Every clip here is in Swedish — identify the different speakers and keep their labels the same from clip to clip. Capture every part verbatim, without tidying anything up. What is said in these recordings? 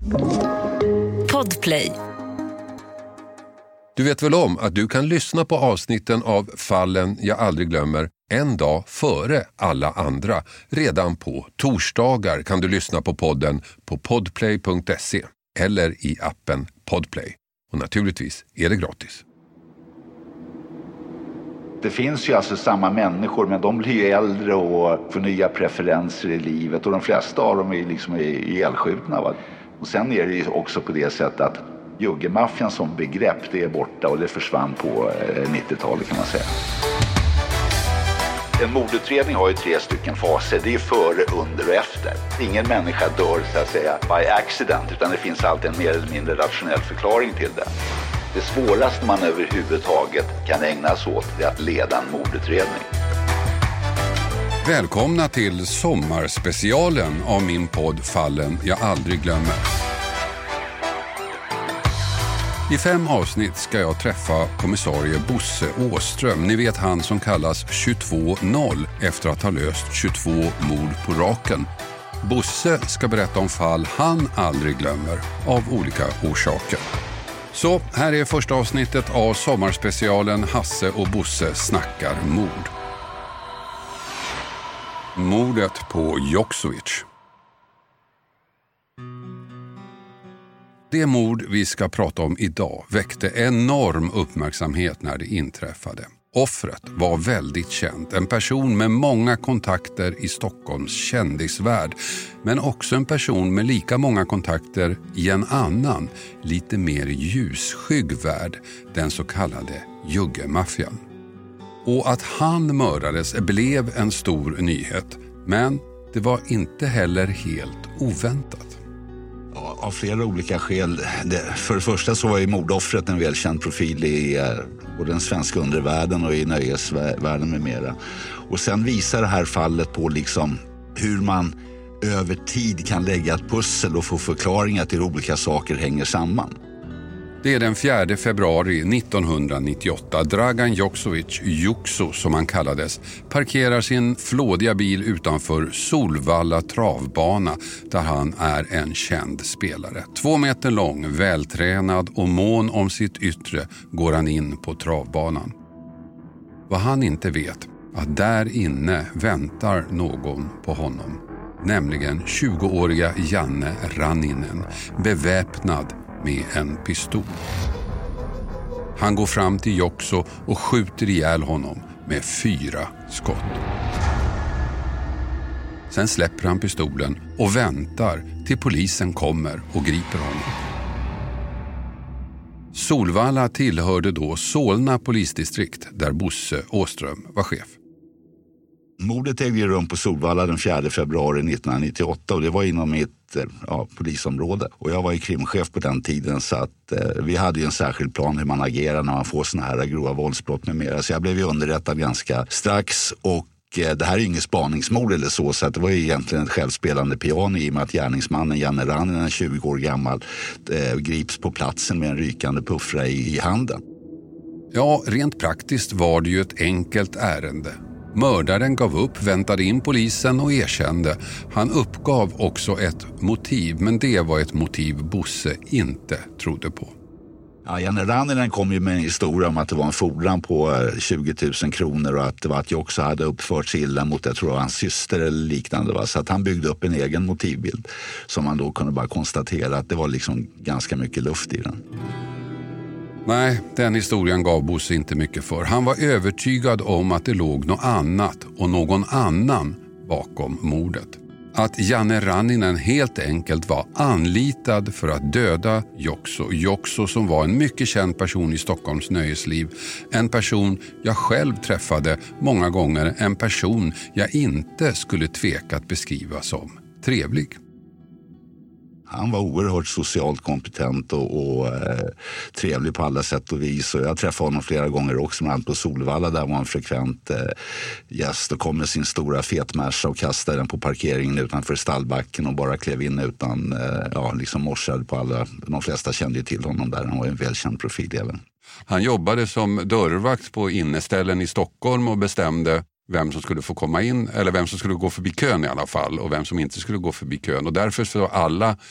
Speaker 1: Podplay.
Speaker 2: Du vet väl om att du kan lyssna på avsnitten av Fallen jag aldrig glömmer en dag före alla andra. Redan på torsdagar kan du lyssna på podden på podplay punkt se eller i appen Podplay. Och naturligtvis är det gratis.
Speaker 3: Det finns ju alltså samma människor, men de blir ju äldre och får nya preferenser i livet. Och de flesta av dem är liksom elskjutna. Va? Och sen är det ju också på det sättet att juggemaffian som begrepp, det är borta och det försvann på nittiotalet kan man säga. En mordutredning har ju tre stycken faser. Det är före, under och efter. Ingen människa dör så att säga by accident, utan det finns alltid en mer eller mindre rationell förklaring till det. Det svåraste man överhuvudtaget kan ägna sig åt är att leda en mordutredning.
Speaker 2: Välkomna till sommarspecialen av min podd Fallen jag aldrig glömmer. I fem avsnitt ska jag träffa kommissarie Bosse Åström. Ni vet han som kallas tjugotvå noll efter att ha löst tjugotvå mord på raken. Bosse ska berätta om fall han aldrig glömmer av olika orsaker. Så här är första avsnittet av sommarspecialen Hasse och Bosse snackar mord. Mordet på Joksovic. Det mord vi ska prata om idag väckte enorm uppmärksamhet när det inträffade. Offret var väldigt känt, en person med många kontakter i Stockholms kändisvärld, men också en person med lika många kontakter i en annan, lite mer ljusskygg värld, den så kallade juggemaffian. Och att han mördades blev en stor nyhet, men det var inte heller helt oväntat.
Speaker 3: Ja, av flera olika skäl. Det, för det första så var ju mordoffret en välkänd profil i eh, både den svenska undervärlden och i nöjesvärlden med mera. Och sen visar det här fallet på liksom hur man över tid kan lägga ett pussel och få förklaringar till hur olika saker hänger samman.
Speaker 2: Det är den fjärde februari nittonhundranittioåtta. Dragan Joksovic, Jokso som han kallades, parkerar sin flådiga bil utanför Solvalla travbana där han är en känd spelare. Två meter lång, vältränad och mån om sitt yttre går han in på travbanan. Vad han inte vet, att där inne väntar någon på honom. Nämligen tjugoåriga Janne Ranninen, beväpnad med en pistol. Han går fram till Jokso och skjuter ihjäl honom med fyra skott. Sen släpper han pistolen och väntar till polisen kommer och griper honom. Solvalla tillhörde då Solna polisdistrikt där Bosse Åström var chef.
Speaker 3: Mordet ägde rum på Solvalla den fjärde februari nittonhundranittioåtta och det var inom mitt ja, polisområde. Och jag var ju krimchef på den tiden så att eh, vi hade ju en särskild plan hur man agerar när man får såna här grova våldsbrott med mera. Så jag blev ju underrättad ganska strax och eh, det här är ju inget spaningsmord eller så så att det var ju egentligen ett självspelande piano i och med att gärningsmannen Janne Ranninen, tjugo år gammal, eh, grips på platsen med en rykande puffra i, i handen.
Speaker 2: Ja, rent praktiskt var det ju ett enkelt ärende. Mördaren gav upp, väntade in polisen och erkände. Han uppgav också ett motiv, men det var ett motiv Bosse inte trodde på.
Speaker 3: Ja, Janne Ranninen kom ju med en historia om att det var en fordran på tjugo tusen kronor och att det var att jag också hade uppfört sig illa mot, jag tror det var hans syster eller liknande. Va? Så att han byggde upp en egen motivbild som man då kunde bara konstatera att det var liksom ganska mycket luft i den.
Speaker 2: Nej, den historien gav Bosse inte mycket för. Han var övertygad om att det låg något annat och någon annan bakom mordet. Att Janne Ranninen helt enkelt var anlitad för att döda Jokso. Jokso som var en mycket känd person i Stockholms nöjesliv. En person jag själv träffade många gånger. En person jag inte skulle tveka att beskriva som trevlig.
Speaker 3: Han var oerhört socialt kompetent och, och eh, trevlig på alla sätt och vis. Och jag träffade honom flera gånger också, bland annat på Solvalla där var en frekvent eh, gäst och kom med sin stora fetmärsa och kastade den på parkeringen utanför stallbacken och bara klev in utan, eh, ja, liksom morsade på alla. De flesta kände ju till honom där, han var en välkänd profil även.
Speaker 2: Han jobbade som dörrvakt på inneställen i Stockholm och bestämde vem som skulle få komma in, eller vem som skulle gå förbi kön i alla fall och vem som inte skulle gå förbi kön. Och därför så alla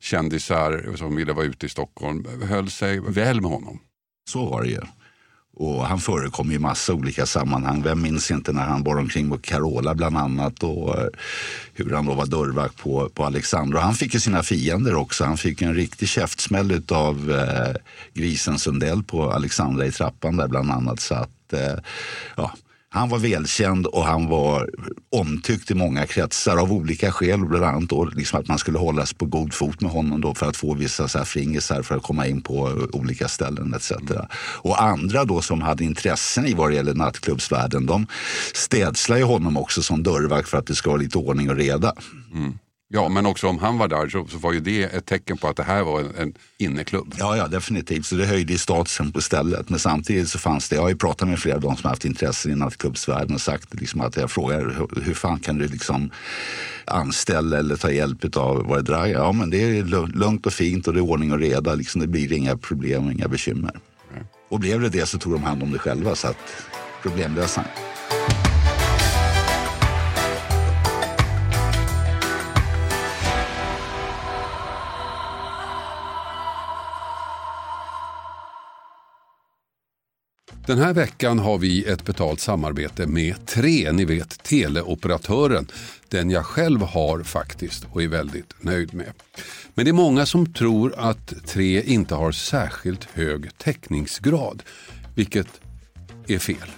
Speaker 2: kändisar som ville vara ute i Stockholm höll sig väl med honom.
Speaker 3: Så var det ju. Och han förekom i massa olika sammanhang. Vem minns inte när han bar omkring mot Carola bland annat och hur han då var dörrvakt på, på Alexandra. Och han fick ju sina fiender också. Han fick en riktig käftsmäll av eh, grisen Sundell på Alexandra i trappan där bland annat. Så att, eh, ja... Han var välkänd och han var omtyckt i många kretsar av olika skäl. Bland annat då, liksom att man skulle hållas på god fot med honom då för att få vissa så här fringisar för att komma in på olika ställen et cetera. Och andra då som hade intressen i vad det gäller nattklubbsvärlden, de städslade ju honom också som dörrvakt för att det ska vara lite ordning och reda.
Speaker 2: Mm. Ja, men också om han var där så, så var ju det ett tecken på att det här var en, en inneklubb.
Speaker 3: Ja, ja, definitivt. Så det höjde i statusen på stället. Men samtidigt så fanns det, jag har ju pratat med flera av de som har haft intressen i nattklubbsvärlden och sagt liksom att jag frågar hur, hur fan kan du liksom anställa eller ta hjälp av vad det drar? Ja, men det är lugnt och fint och det är ordning och reda. Liksom, det blir inga problem och inga bekymmer. Mm. Och blev det det så tog de hand om det själva så att problemlösaren.
Speaker 2: Den här veckan har vi ett betalt samarbete med Tre, ni vet teleoperatören. Den jag själv har faktiskt och är väldigt nöjd med. Men det är många som tror att Tre inte har särskilt hög täckningsgrad, vilket är fel.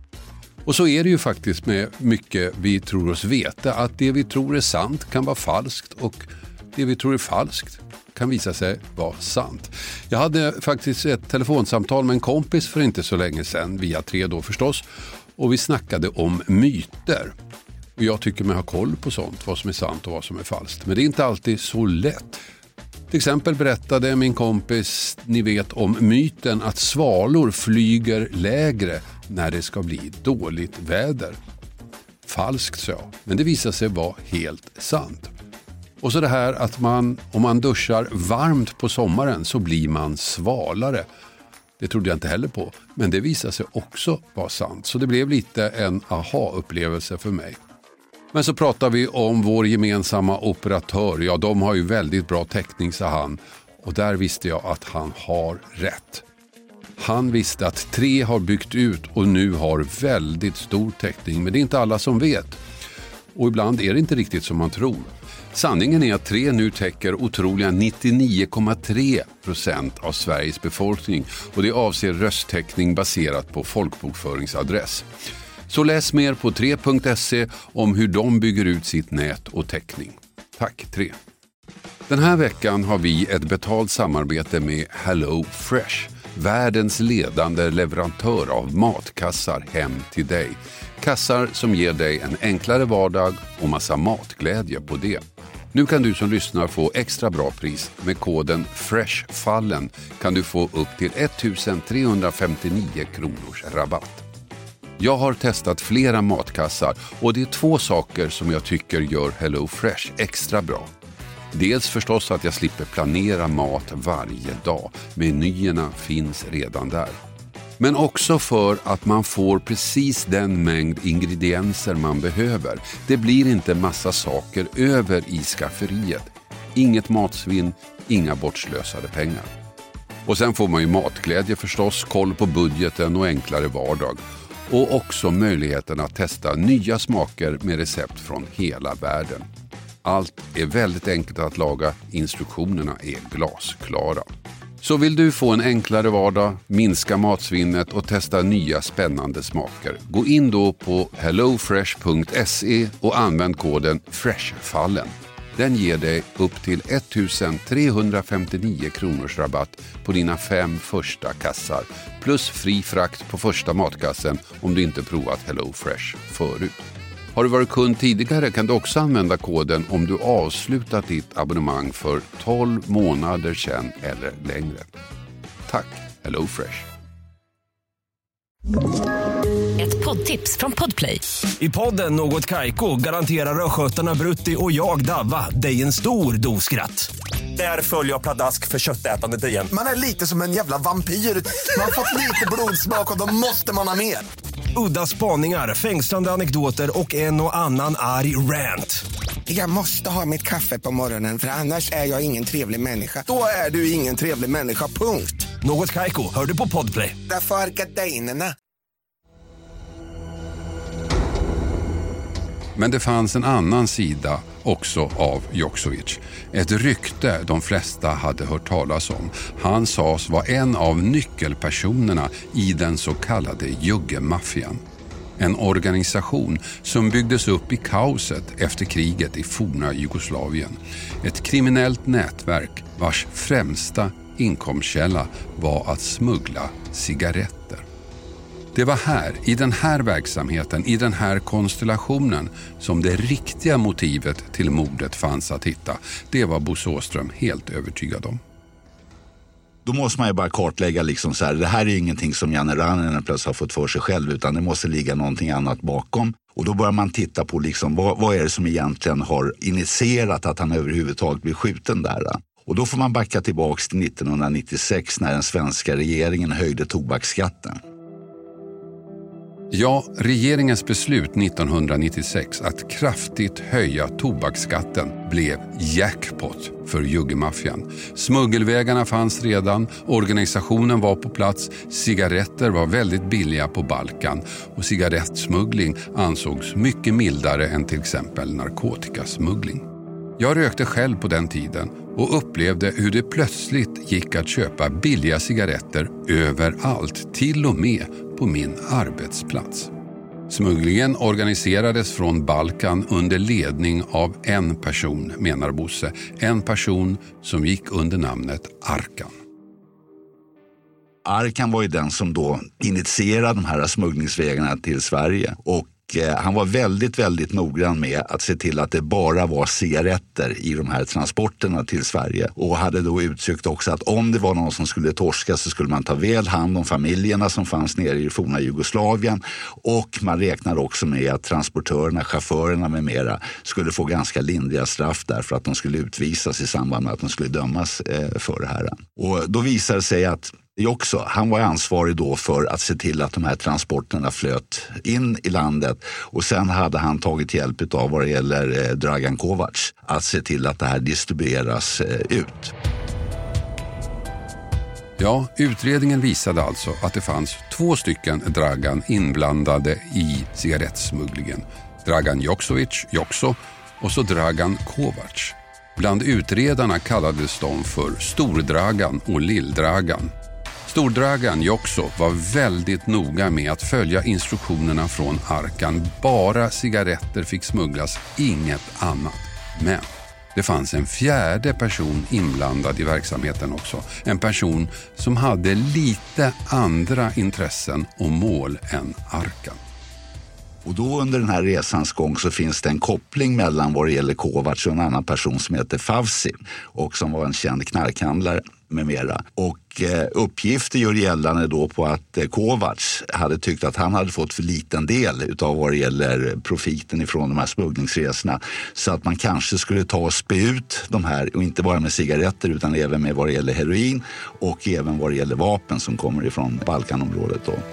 Speaker 2: Och så är det ju faktiskt med mycket vi tror oss veta, att det vi tror är sant kan vara falskt och det vi tror är falskt kan visa sig vara sant. Jag hade faktiskt ett telefonsamtal med en kompis för inte så länge sedan, via Tre då förstås, och vi snackade om myter. Och jag tycker mig ha koll på sånt, vad som är sant och vad som är falskt. Men det är inte alltid så lätt. Till exempel berättade min kompis, ni vet, om myten att svalor flyger lägre när det ska bli dåligt väder. Falskt, så jag. Men det visar sig vara helt sant. Och så det här att man, om man duschar varmt på sommaren så blir man svalare. Det trodde jag inte heller på. Men det visar sig också vara sant. Så det blev lite en aha-upplevelse för mig. Men så pratar vi om vår gemensamma operatör. Ja, de har ju väldigt bra täckning, sa han. Och där visste jag att han har rätt. Han visste att Tre har byggt ut och nu har väldigt stor täckning. Men det är inte alla som vet. Och ibland är det inte riktigt som man tror. Sanningen är att Tre nu täcker otroliga nittionio komma tre procent av Sveriges befolkning och det avser rösttäckning baserat på folkbokföringsadress. Så läs mer på tre punkt se om hur de bygger ut sitt nät och täckning. Tack Tre! Den här veckan har vi ett betalt samarbete med Hello Fresh, världens ledande leverantör av matkassar hem till dig. Kassar som ger dig en enklare vardag och massa matglädje på det. Nu kan du som lyssnar få extra bra pris. Med koden FRESHFALLEN kan du få upp till ettusentrehundrafemtionio kronors rabatt. Jag har testat flera matkassar och det är två saker som jag tycker gör Hello Fresh extra bra. Dels förstås att jag slipper planera mat varje dag. Menyerna finns redan där. Men också för att man får precis den mängd ingredienser man behöver. Det blir inte massa saker över i skafferiet. Inget matsvinn, inga bortslösade pengar. Och sen får man ju matglädje förstås, koll på budgeten och enklare vardag. Och också möjligheten att testa nya smaker med recept från hela världen. Allt är väldigt enkelt att laga, instruktionerna är glasklara. Så vill du få en enklare vardag, minska matsvinnet och testa nya spännande smaker. Gå in då på hellofresh punkt se och använd koden FRESHFALLEN. Den ger dig upp till ettusentrehundrafemtionio kronors rabatt på dina fem första kassar. Plus fri frakt på första matkassen om du inte provat Hello Fresh förut. Har du varit kund tidigare kan du också använda koden om du avslutat ditt abonnemang för tolv månader sedan eller längre. Tack, Hello Fresh.
Speaker 1: Ett poddtips från Podplay.
Speaker 4: I podden Något Kaiko garanterar röskötarna Brutti och jag Davva dig en stor doskratt. Där följer jag pladask för köttätandet igen.
Speaker 5: Man är lite som en jävla vampyr. Man har fått lite blodsmak och då måste man ha mer.
Speaker 4: Udda spaningar, fängslande anekdoter och en och annan arg rant.
Speaker 6: Jag måste ha mitt kaffe på morgonen för annars är jag ingen trevlig människa. Då är du ingen trevlig människa, punkt.
Speaker 4: Något Kaiko, hör du på Podplay.
Speaker 6: Därför är gardinerna.
Speaker 2: Men det fanns en annan sida också av Joksovic. Ett rykte de flesta hade hört talas om. Han sades vara en av nyckelpersonerna i den så kallade juggemaffian. En organisation som byggdes upp i kaoset efter kriget i forna Jugoslavien. Ett kriminellt nätverk vars främsta inkomstkälla var att smuggla cigaretter. Det var här, i den här verksamheten, i den här konstellationen som det riktiga motivet till mordet fanns att hitta. Det var Bosse Åström helt övertygad om.
Speaker 3: Då måste man ju bara kartlägga liksom så här, det här är ingenting som Janne Ranninen plötsligt har fått för sig själv, utan det måste ligga någonting annat bakom. Och då börjar man titta på liksom, vad, vad är det som egentligen har initierat att han överhuvudtaget blir skjuten där. Och då får man backa tillbaka till nittonhundranittiosex när den svenska regeringen höjde tobaksskatten.
Speaker 2: Ja, regeringens beslut nittonhundranittiosex att kraftigt höja tobaksskatten blev jackpot för juggemaffian. Smuggelvägarna fanns redan, organisationen var på plats, cigaretter var väldigt billiga på Balkan och cigarettsmuggling ansågs mycket mildare än till exempel narkotikasmuggling. Jag rökte själv på den tiden och upplevde hur det plötsligt gick att köpa billiga cigaretter överallt, till och med på min arbetsplats. Smugglingen organiserades från Balkan under ledning av en person, menar Bosse. En person som gick under namnet Arkan.
Speaker 3: Arkan var ju den som då initierade de här smugglingsvägarna till Sverige, och han var väldigt, väldigt noggrann med att se till att det bara var cigaretter i de här transporterna till Sverige. Och hade då uttryckt också att om det var någon som skulle torska så skulle man ta väl hand om familjerna som fanns nere i det forna Jugoslavien. Och man räknade också med att transportörerna, chaufförerna med mera skulle få ganska lindriga straff därför att de skulle utvisas i samband med att de skulle dömas för det här. Och då visade det sig att också, han var ansvarig då för att se till att de här transporterna flöt in i landet, och sen hade han tagit hjälp av vad det gäller eh, Dragan Kovacs att se till att det här distribueras eh, ut.
Speaker 2: Ja, utredningen visade alltså att det fanns två stycken Dragan inblandade i cigarettsmugglingen. Dragan Joksovic, Jokso, och så Dragan Kovacs. Bland utredarna kallades de för Stordragan och Lilldragan. Stordragan Jokso var väldigt noga med att följa instruktionerna från Arkan. Bara cigaretter fick smugglas, inget annat. Men det fanns en fjärde person inblandad i verksamheten också. En person som hade lite andra intressen och mål än Arkan.
Speaker 3: Och då under den här resans gång så finns det en koppling mellan vad det gäller Kovacs och en annan person som heter Favsi, och som var en känd knarkhandlare med mera. Och eh, uppgifter gör gällande då på att eh, Kovacs hade tyckt att han hade fått för liten del utav vad det gäller profiten ifrån de här smugglingsresorna, så att man kanske skulle ta och spä ut de här, och inte bara med cigaretter utan även med vad det gäller heroin och även vad det gäller vapen som kommer ifrån Balkanområdet då.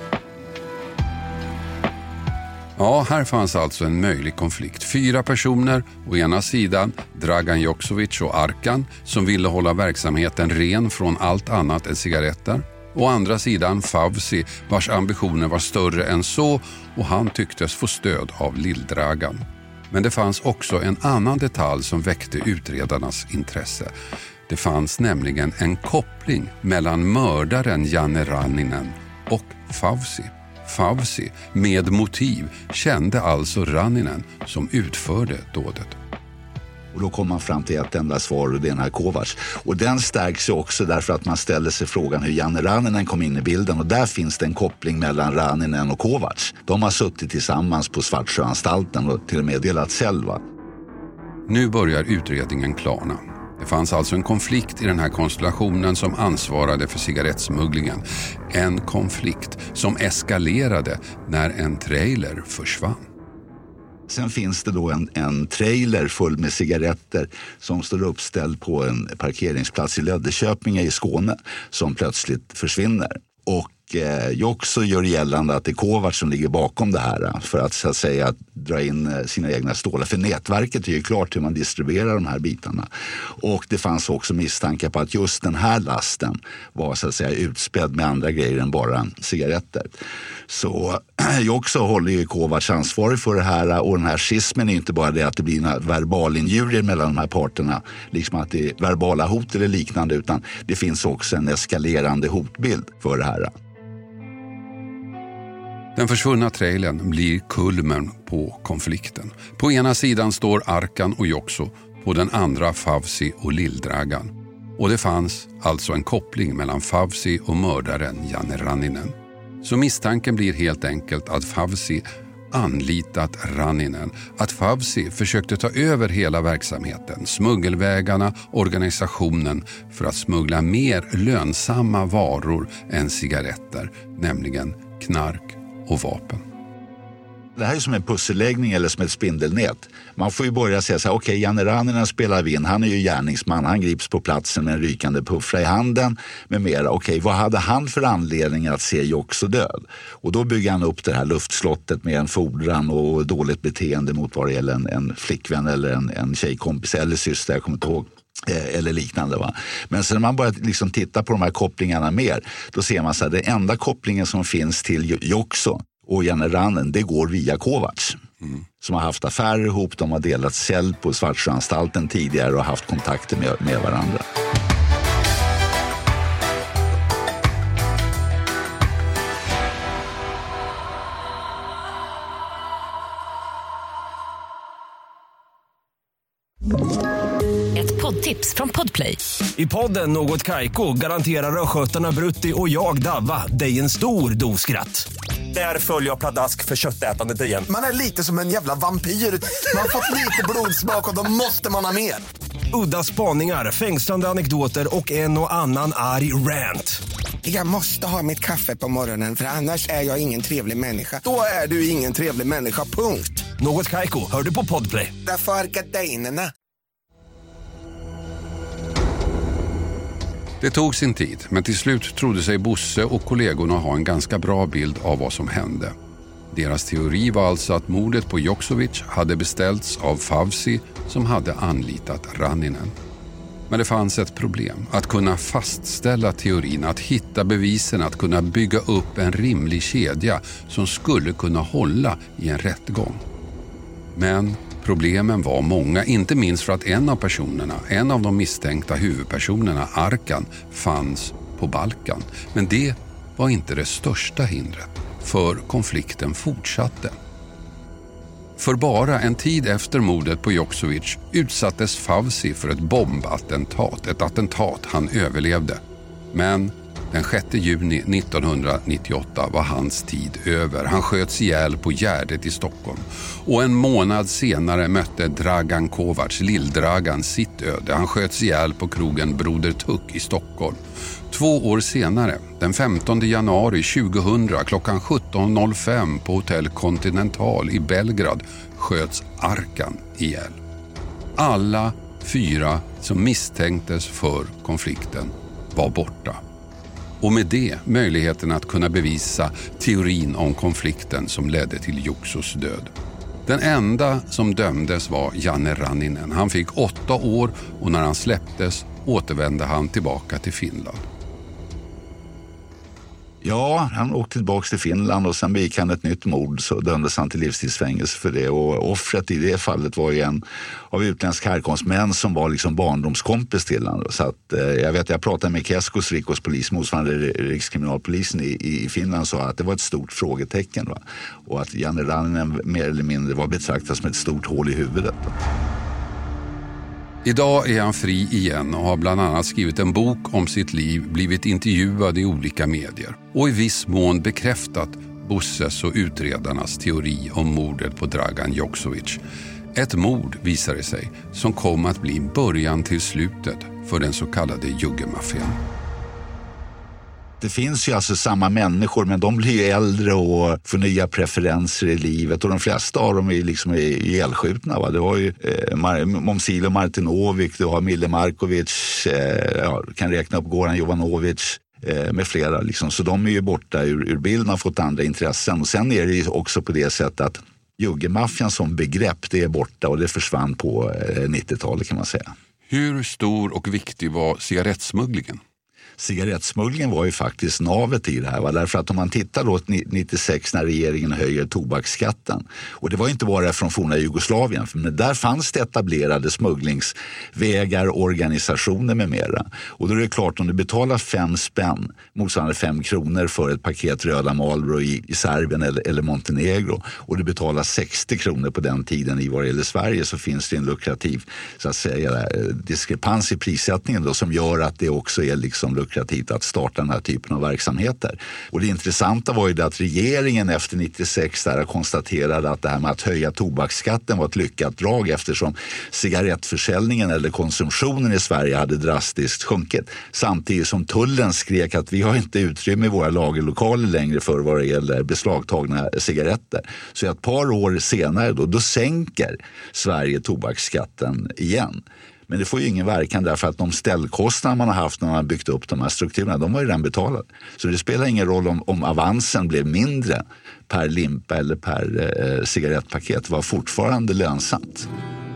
Speaker 2: Ja, här fanns alltså en möjlig konflikt. Fyra personer, å ena sidan Dragan Joksovic och Arkan, som ville hålla verksamheten ren från allt annat än cigaretter. Å andra sidan Favsi, vars ambitioner var större än så, och han tycktes få stöd av Lilldragan. Men det fanns också en annan detalj som väckte utredarnas intresse. Det fanns nämligen en koppling mellan mördaren Janne Ranninen och Favsi. Favsi, med motiv, kände alltså Ranninen som utförde dådet.
Speaker 3: Och då kom man fram till ett enda svar, och det är den här Kovacs. Och den stärks ju också därför att man ställer sig frågan hur Janne Ranninen kom in i bilden. Och där finns det en koppling mellan Ranninen och Kovacs. De har suttit tillsammans på Svartsjöanstalten och till och med delat cell, va?
Speaker 2: Nu börjar utredningen klarna. Det fanns alltså en konflikt i den här konstellationen som ansvarade för cigarettsmugglingen. En konflikt som eskalerade när en trailer försvann.
Speaker 3: Sen finns det då en, en trailer full med cigaretter som står uppställd på en parkeringsplats i Löddeköpinge i Skåne som plötsligt försvinner. Och eh, Jokso gör gällande att det är Kovacs som ligger bakom det här för att, så att säga, dra in sina egna stålar. För nätverket är ju klart hur man distribuerar de här bitarna. Och det fanns också misstankar på att just den här lasten var, så att säga, utspädd med andra grejer än bara cigaretter. Så Jokso håller ju Kovacs ansvarig för det här, och den här schismen är inte bara det att det blir några verbalinjurier mellan de här parterna, liksom att det är verbala hot eller liknande, utan det finns också en eskalerande hotbild för det här.
Speaker 2: Den försvunna trailern blir kulmen på konflikten. På ena sidan står Arkan och Jokso, på den andra Favsi och Lill-Dragan. Och det fanns alltså en koppling mellan Favsi och mördaren Janne Ranninen. Så misstanken blir helt enkelt att Favsi anlitat Ranninen, att Favsi försökte ta över hela verksamheten, smuggelvägarna, organisationen, för att smuggla mer lönsamma varor än cigaretter, nämligen knark och vapen.
Speaker 3: Det här är som en pusselläggning eller som ett spindelnät. Man får ju börja säga så här, okej, okay, Janne Ranninen spelar vi in, han är ju gärningsman, han grips på platsen med en rykande puffra i handen med mera. Okej, okay, vad hade han för anledning att se Jokso död? Och då bygger han upp det här luftslottet med en fordran och dåligt beteende mot vad det gäller en, en flickvän eller en, en tjejkompis eller syster, jag kommer inte ihåg. Eller liknande, va. Men sen när man börjar liksom titta på de här kopplingarna mer, då ser man så här, den enda kopplingen som finns till Jokso och Janne Ranninen, det går via Kovacs. Mm. Som har haft affärer ihop, de har delat cell på Svartsjöanstalten tidigare och haft kontakter med, med varandra.
Speaker 1: Ett poddtips från Podplay.
Speaker 4: I podden Något Kaiko garanterar röskötarna Brutti och jag Davva dig en stor doskratt. Där följer jag pladask för köttätandet igen.
Speaker 5: Man är lite som en jävla vampyr. Man har fått lite blodsmak och då måste man ha mer.
Speaker 4: Udda spaningar, fängslande anekdoter och en och annan arg rant.
Speaker 6: Jag måste ha mitt kaffe på morgonen, för annars är jag ingen trevlig människa. Då är du ingen trevlig människa, punkt.
Speaker 4: Något Kaiko, hör du på Podplay.
Speaker 6: Därför är gardinerna.
Speaker 2: Det tog sin tid, men till slut trodde sig Bosse och kollegorna ha en ganska bra bild av vad som hände. Deras teori var alltså att mordet på Joksovic hade beställts av Favsi som hade anlitat Ranninen. Men det fanns ett problem, att kunna fastställa teorin, att hitta bevisen, att kunna bygga upp en rimlig kedja som skulle kunna hålla i en rättegång. Men problemen var många, inte minst för att en av personerna, en av de misstänkta huvudpersonerna, Arkan, fanns på Balkan. Men det var inte det största hindret, för konflikten fortsatte. För bara en tid efter mordet på Joksovic utsattes Favsi för ett bombattentat, ett attentat han överlevde. Men den sjätte juni nittonhundranittioåtta var hans tid över. Han sköts ihjäl på Gärdet i Stockholm. Och en månad senare mötte Dragan Kovacs, Lill-Dragan, sitt öde. Han sköts ihjäl på krogen Broder Tuck i Stockholm. Två år senare, den femtonde januari tjugohundra, klockan sjutton noll fem på hotell Continental i Belgrad, sköts Arkan ihjäl. Alla fyra som misstänktes för konflikten var borta. Och med det möjligheten att kunna bevisa teorin om konflikten som ledde till Joksos död. Den enda som dömdes var Janne Ranninen. Han fick åtta år och när han släpptes återvände han tillbaka till Finland.
Speaker 3: Ja, han åkte tillbaka till Finland och sen begick han ett nytt mord, så dömdes han till livstidsfängelse för det. Och offret i det fallet var ju en av utländsk härkomst, men som var liksom barndomskompis till honom. Så att, eh, jag vet, jag pratade med Keskos Rikospolis, motsvarande Rikskriminalpolisen i, i Finland, sa att det var ett stort frågetecken. Va? Och att Janne Ranninen mer eller mindre var betraktad som ett stort hål i huvudet.
Speaker 2: Idag är han fri igen och har bland annat skrivit en bok om sitt liv, blivit intervjuad i olika medier och i viss mån bekräftat Bosses och utredarnas teori om mordet på Dragan Joksovic. Ett mord, visar det sig, som kom att bli början till slutet för den så kallade juggemaffian.
Speaker 3: Det finns ju alltså samma människor, men de blir äldre och får nya preferenser i livet. Och de flesta av dem är liksom ihjälskjutna. Va? Det var ju eh, Momcilo Martinovic, du har Mille Markovic, eh, ja, kan räkna upp Goran Jovanovic. eh, med flera. Liksom. Så de är ju borta ur, ur bilden, har fått andra intressen. Och sen är det ju också på det sättet att juggemaffian som begrepp, det är borta och det försvann på eh, nittiotalet kan man säga.
Speaker 2: Hur stor och viktig var cigarettsmugglingen?
Speaker 3: Cigarettsmugglingen var ju faktiskt navet i det här. Va? Därför att om man tittar då nittiosex när regeringen höjer tobaksskatten. Och det var inte bara från forna Jugoslavien. Men där fanns det etablerade smugglingsvägar, organisationer med mera. Och då är det klart, om du betalar fem spänn, motsvarande fem kronor för ett paket röda Marlboro i, i Serbien eller, eller Montenegro. Och du betalar sextio kronor på den tiden i vad det gäller Sverige, så finns det en lukrativ så att säga, diskrepans i prissättningen då, som gör att det också är liksom lukrativt att starta den här typen av verksamheter. Och det intressanta var ju det att regeringen efter nittiosex där konstaterade att det här med att höja tobaksskatten var ett lyckat drag, eftersom cigarettförsäljningen eller konsumtionen i Sverige hade drastiskt sjunkit. Samtidigt som tullen skrek att vi har inte utrymme i våra lagerlokaler längre för vad det gäller beslagtagna cigaretter. Så ett par år senare då, då sänker Sverige tobaksskatten igen. Men det får ju ingen verkan därför att de ställkostnader man har haft när man har byggt upp de här strukturerna, de har ju redan betalat. Så det spelar ingen roll om, om avansen blev mindre per limpa eller per eh, cigarettpaket. Det var fortfarande lönsamt.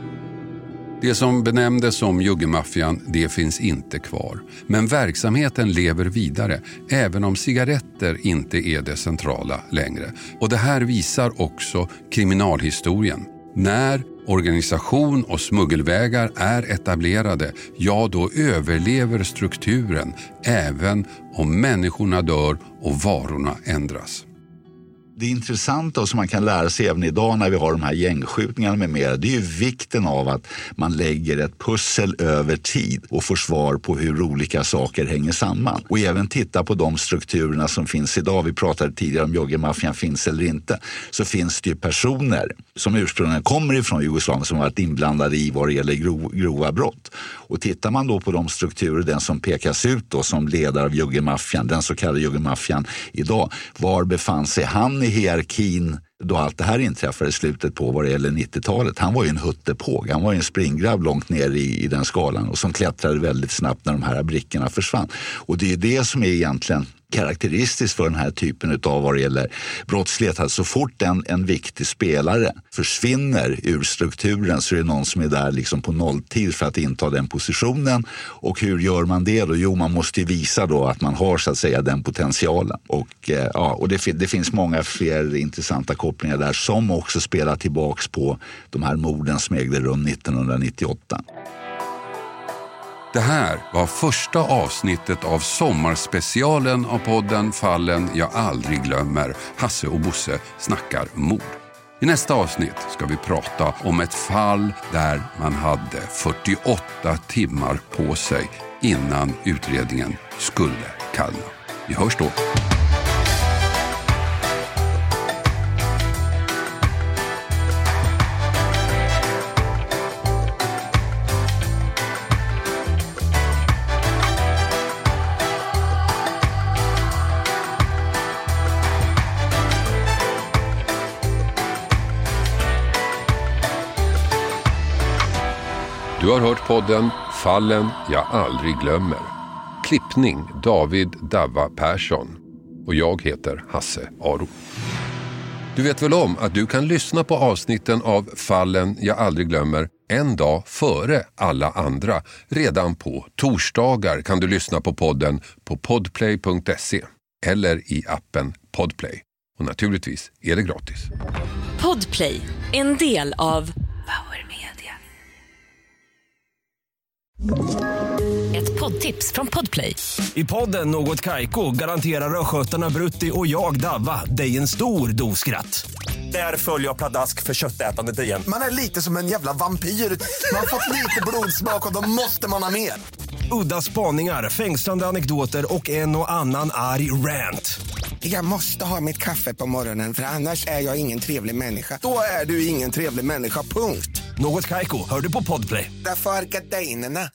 Speaker 2: Det som benämndes som juggemaffian, det finns inte kvar. Men verksamheten lever vidare, även om cigaretter inte är det centrala längre. Och det här visar också kriminalhistorien. När organisation och smuggelvägar är etablerade, ja då överlever strukturen även om människorna dör och varorna ändras.
Speaker 3: Det intressanta och som man kan lära sig även idag när vi har de här gängskjutningarna med mer, det är ju vikten av att man lägger ett pussel över tid och får svar på hur olika saker hänger samman. Och även titta på de strukturerna som finns idag. Vi pratade tidigare om juggemaffian finns eller inte. Så finns det ju personer som ursprungligen kommer ifrån Jugoslavien som har varit inblandade i vad det gäller grov, grova brott. Och tittar man då på de strukturer, den som pekas ut då som ledare av juggemaffian, den så kallade juggemaffian idag, var befann sig han i hierarkin då allt det här inträffade i slutet på vad det gäller nittiotalet. Han var ju en huttepåg, han var ju en springgrabb långt ner i, i den skalan och som klättrade väldigt snabbt när de här brickorna försvann. Och det är det som är egentligen karaktäristiskt för den här typen av vad det gäller brottslighet. Att så fort en, en viktig spelare försvinner ur strukturen så är det någon som är där liksom på nolltid för att inta den positionen. Och hur gör man det då? Jo, man måste ju visa då att man har så att säga den potentialen. Och, eh, ja, och det, det finns många fler intressanta kopplingar där som också spelar tillbaks på de här morden som ägde rum nittonhundranittioåtta.
Speaker 2: Det här var första avsnittet av sommarspecialen av podden Fallen jag aldrig glömmer. Hasse och Bosse snackar mord. I nästa avsnitt ska vi prata om ett fall där man hade fyrtioåtta timmar på sig innan utredningen skulle kallna. Vi hörs då. Du har hört podden Fallen jag aldrig glömmer. Klippning David Davva Persson. Och jag heter Hasse Aro. Du vet väl om att du kan lyssna på avsnitten av Fallen jag aldrig glömmer en dag före alla andra. Redan på torsdagar kan du lyssna på podden på podplay punkt se eller i appen Podplay. Och naturligtvis är det gratis.
Speaker 1: Podplay, en del av Power Media. Ett poddtips från Podplay.
Speaker 4: I podden Något Kaiko garanterar röskötarna Brutti och jag Davva dig en stor dos skratt. Där följer jag pladask för köttätandet igen.
Speaker 5: Man är lite som en jävla vampyr. Man har fått lite blodsmak och då måste man ha mer.
Speaker 4: Udda spaningar, fängslande anekdoter och en och annan arg rant.
Speaker 6: Jag måste ha mitt kaffe på morgonen för annars är jag ingen trevlig människa. Då är du ingen trevlig människa, punkt.
Speaker 4: Något Kaiko, hör du på Podplay.
Speaker 6: Därför är gardinerna.